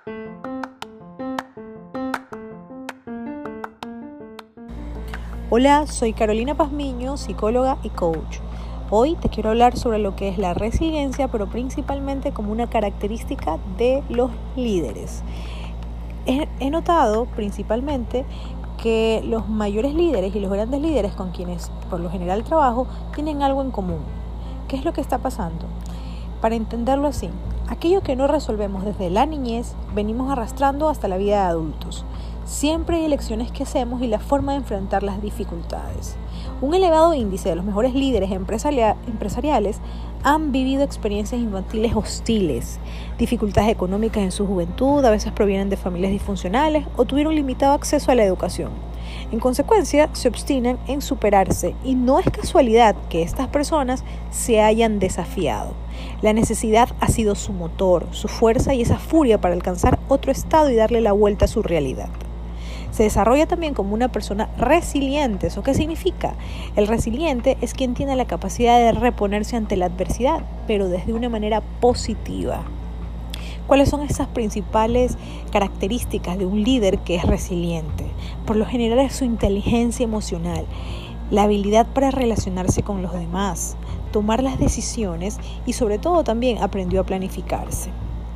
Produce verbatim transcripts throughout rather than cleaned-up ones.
Hola, soy Carolina Pazmiño, psicóloga y coach. Hoy te quiero hablar sobre lo que es la resiliencia, pero principalmente como una característica de los líderes. He, he notado principalmente que los mayores líderes y los grandes líderes con quienes por lo general trabajo tienen algo en común. ¿Qué es lo que está pasando? Para entenderlo así, aquello que no resolvemos desde la niñez, venimos arrastrando hasta la vida de adultos. Siempre hay elecciones que hacemos y la forma de enfrentar las dificultades. Un elevado índice de los mejores líderes empresariales han vivido experiencias infantiles hostiles, dificultades económicas en su juventud, a veces provienen de familias disfuncionales o tuvieron limitado acceso a la educación. En consecuencia, se obstinan en superarse y no es casualidad que estas personas se hayan desafiado. La necesidad ha sido su motor, su fuerza y esa furia para alcanzar otro estado y darle la vuelta a su realidad. Se desarrolla también como una persona resiliente. ¿Eso qué significa? El resiliente es quien tiene la capacidad de reponerse ante la adversidad, pero desde una manera positiva. ¿Cuáles son esas principales características de un líder que es resiliente? Por lo general es su inteligencia emocional, la habilidad para relacionarse con los demás, tomar las decisiones y sobre todo también aprendió a planificarse.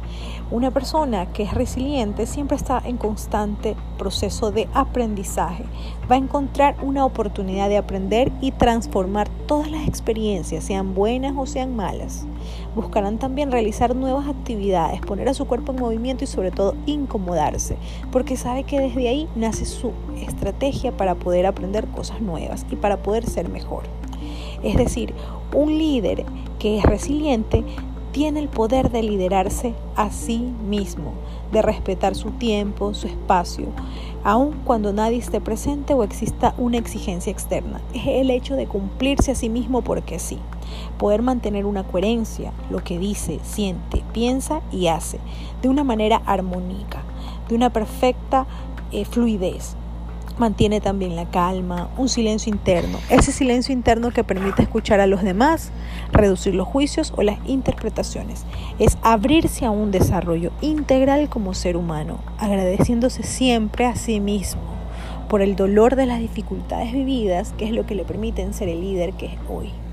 Una persona que es resiliente siempre está en constante proceso de aprendizaje. Va a encontrar una oportunidad de aprender y transformar todas las experiencias, sean buenas o sean malas. Buscarán también realizar nuevas actividades, poner a su cuerpo en movimiento y sobre todo incomodarse, porque sabe que desde ahí nace su estrategia para poder aprender cosas nuevas y para poder ser mejor. Es decir, un líder que es resiliente tiene el poder de liderarse a sí mismo, de respetar su tiempo, su espacio, aun cuando nadie esté presente o exista una exigencia externa. Es el hecho de cumplirse a sí mismo porque sí. Poder mantener una coherencia, lo que dice, siente, piensa y hace, de una manera armónica, de una perfecta eh, fluidez. Mantiene también la calma, un silencio interno, ese silencio interno que permite escuchar a los demás, reducir los juicios o las interpretaciones. Es abrirse a un desarrollo integral como ser humano, agradeciéndose siempre a sí mismo por el dolor de las dificultades vividas, que es lo que le permiten ser el líder que es hoy.